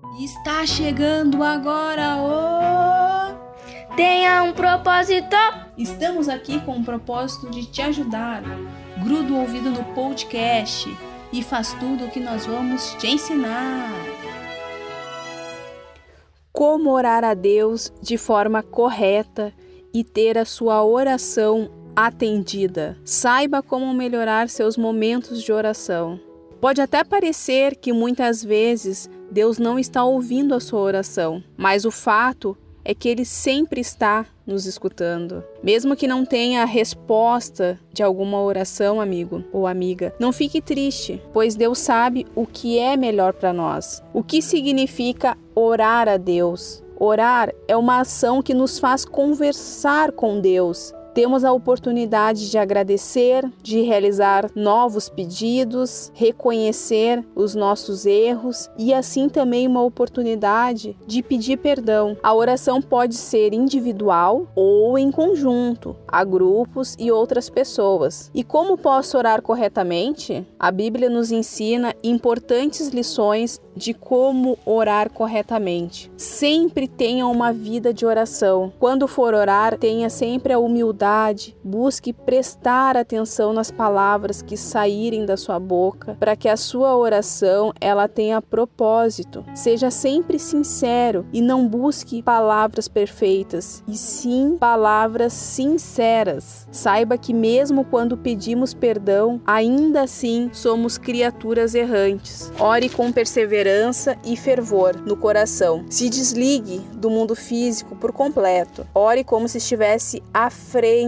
Está chegando agora o... Tenha um propósito! Estamos aqui com o propósito de te ajudar. Gruda o ouvido no podcast e faz tudo o que nós vamos te ensinar. Como orar a Deus de forma correta e ter a sua oração atendida. Saiba como melhorar seus momentos de oração. Pode até parecer que muitas vezes Deus não está ouvindo a sua oração, mas o fato é que Ele sempre está nos escutando. Mesmo que não tenha a resposta de alguma oração, amigo ou amiga, não fique triste, pois Deus sabe o que é melhor para nós. O que significa orar a Deus? Orar é uma ação que nos faz conversar com Deus. Temos a oportunidade de agradecer, de realizar novos pedidos, reconhecer os nossos erros e assim também uma oportunidade de pedir perdão. A oração pode ser individual ou em conjunto, a grupos e outras pessoas. E como posso orar corretamente? A Bíblia nos ensina importantes lições de como orar corretamente. Sempre tenha uma vida de oração. Quando for orar, tenha sempre a humildade. Busque prestar atenção nas palavras que saírem da sua boca, para que a sua oração ela tenha propósito. Seja sempre sincero e não busque palavras perfeitas, e sim palavras sinceras. Saiba que mesmo quando pedimos perdão, ainda assim somos criaturas errantes. Ore com perseverança e fervor no coração. Se desligue do mundo físico por completo. Ore como se estivesse à frente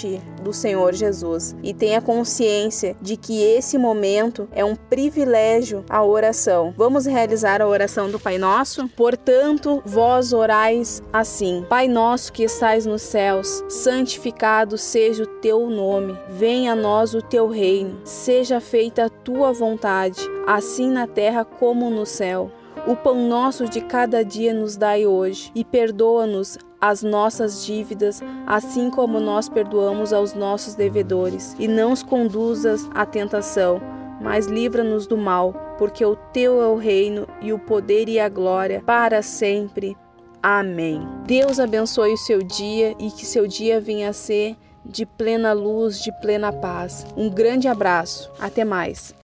do Senhor Jesus e tenha consciência de que esse momento é um privilégio a oração. Vamos realizar a oração do Pai Nosso? Portanto, vós orais assim: Pai nosso que estais nos céus, santificado seja o teu nome. Venha a nós o teu reino. Seja feita a tua vontade, assim na terra como no céu. O pão nosso de cada dia nos dai hoje, e perdoa-nos as nossas dívidas, assim como nós perdoamos aos nossos devedores. E não os conduzas à tentação, mas livra-nos do mal, porque o teu é o reino e o poder e a glória para sempre. Amém. Deus abençoe o seu dia e que seu dia venha a ser de plena luz, de plena paz. Um grande abraço. Até mais.